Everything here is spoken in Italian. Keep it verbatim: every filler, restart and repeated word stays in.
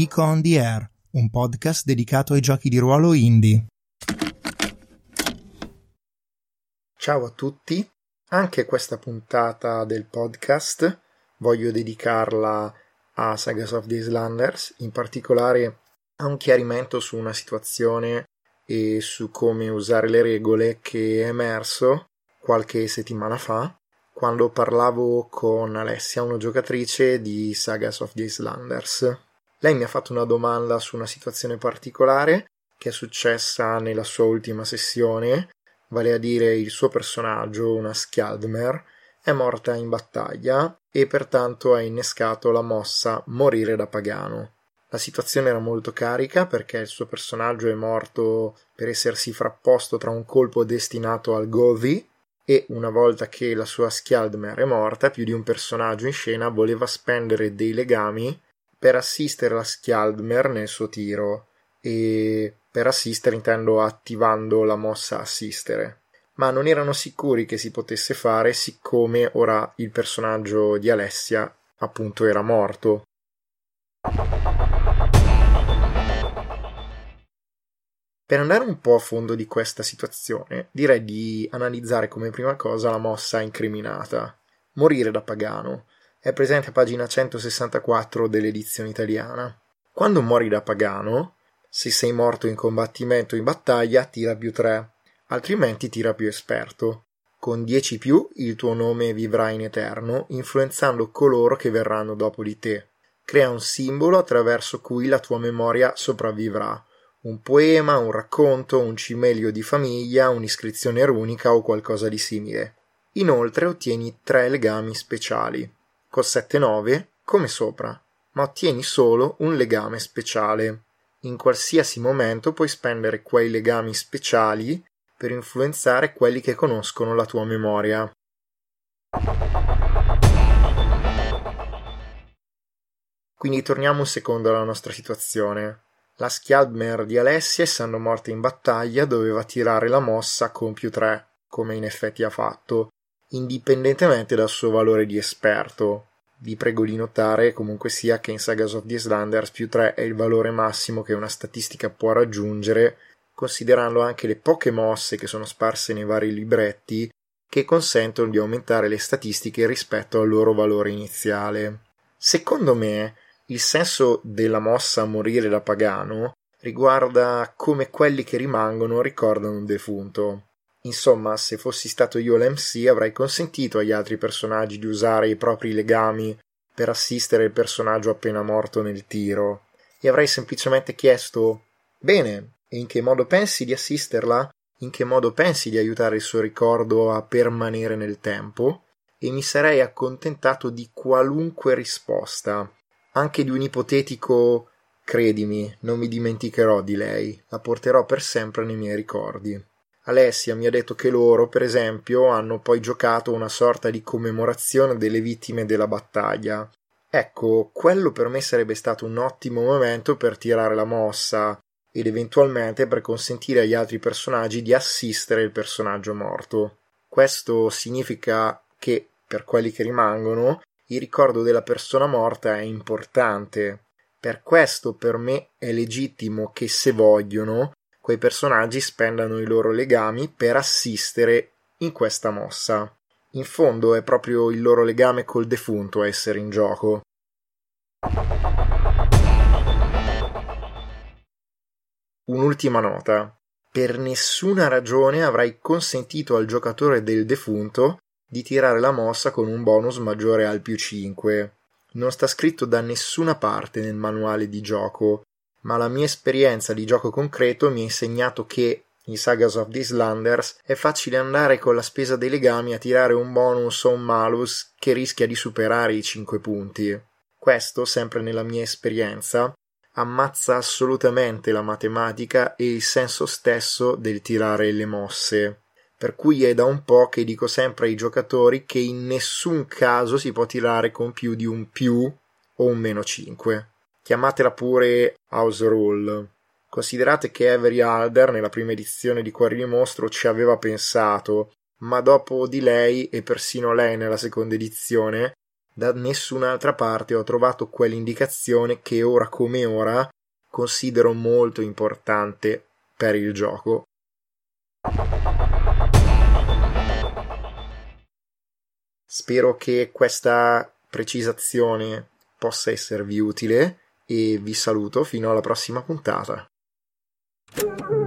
Nico on the Air, un podcast dedicato ai giochi di ruolo indie. Ciao a tutti, anche questa puntata del podcast voglio dedicarla a Sagas of the Islanders, in particolare a un chiarimento su una situazione e su come usare le regole che è emerso qualche settimana fa quando parlavo con Alessia, una giocatrice di Sagas of the Islanders. Lei mi ha fatto una domanda su una situazione particolare che è successa nella sua ultima sessione, vale a dire il suo personaggio, una Skjaldmær, è morta in battaglia e pertanto ha innescato la mossa Morire da pagano. La situazione era molto carica perché il suo personaggio è morto per essersi frapposto tra un colpo destinato al Gothi e una volta che la sua Skjaldmær è morta, più di un personaggio in scena voleva spendere dei legami per assistere la Skjaldmær nel suo tiro, e per assistere intendo attivando la mossa assistere, ma non erano sicuri che si potesse fare siccome ora il personaggio di Alessia appunto era morto. Per andare un po' a fondo di questa situazione, direi di analizzare come prima cosa la mossa incriminata. Morire da pagano. È presente a pagina centosessantaquattro dell'edizione italiana. Quando muori da pagano, se sei morto in combattimento o in battaglia, tira più tre, altrimenti tira più esperto. Con dieci più il tuo nome vivrà in eterno, influenzando coloro che verranno dopo di te. Crea un simbolo attraverso cui la tua memoria sopravvivrà. Un poema, un racconto, un cimelio di famiglia, un'iscrizione runica o qualcosa di simile. Inoltre ottieni tre legami speciali. Col sette nove, come sopra, ma ottieni solo un legame speciale. In qualsiasi momento puoi spendere quei legami speciali per influenzare quelli che conoscono la tua memoria. Quindi torniamo un secondo alla nostra situazione. La Skjaldmær di Alessia, essendo morta in battaglia, doveva tirare la mossa con più tre, come in effetti ha fatto, indipendentemente dal suo valore di esperto. Vi prego di notare comunque sia che in Sagas of the Islanders più tre è il valore massimo che una statistica può raggiungere, considerando anche le poche mosse che sono sparse nei vari libretti che consentono di aumentare le statistiche rispetto al loro valore iniziale. Secondo me, il senso della mossa Morire da pagano riguarda come quelli che rimangono ricordano un defunto. Insomma, se fossi stato io l'M C avrei consentito agli altri personaggi di usare i propri legami per assistere il personaggio appena morto nel tiro e avrei semplicemente chiesto: bene, e in che modo pensi di assisterla? In che modo pensi di aiutare il suo ricordo a permanere nel tempo? E mi sarei accontentato di qualunque risposta, anche di un ipotetico credimi, non mi dimenticherò di lei, la porterò per sempre nei miei ricordi. Alessia mi ha detto che loro, per esempio, hanno poi giocato una sorta di commemorazione delle vittime della battaglia. Ecco, quello per me sarebbe stato un ottimo momento per tirare la mossa ed eventualmente per consentire agli altri personaggi di assistere il personaggio morto. Questo significa che, per quelli che rimangono, il ricordo della persona morta è importante. Per questo per me è legittimo che, se vogliono, quei personaggi spendano i loro legami per assistere in questa mossa. In fondo è proprio il loro legame col defunto a essere in gioco. Un'ultima nota. Per nessuna ragione avrai consentito al giocatore del defunto di tirare la mossa con un bonus maggiore al più cinque. Non sta scritto da nessuna parte nel manuale di gioco, ma la mia esperienza di gioco concreto mi ha insegnato che in Sagas of the Islanders è facile andare con la spesa dei legami a tirare un bonus o un malus che rischia di superare i cinque punti. Questo, sempre nella mia esperienza, ammazza assolutamente la matematica e il senso stesso del tirare le mosse. Per cui è da un po' che dico sempre ai giocatori che in nessun caso si può tirare con più di un più o un meno cinque. Chiamatela pure house rule. Considerate che Avery Alder nella prima edizione di Cuori di Mostro ci aveva pensato, ma dopo di lei, e persino lei nella seconda edizione, Da nessun'altra parte ho trovato quell'indicazione che ora come ora considero molto importante per il gioco. Spero che questa precisazione possa esservi utile e vi saluto fino alla prossima puntata.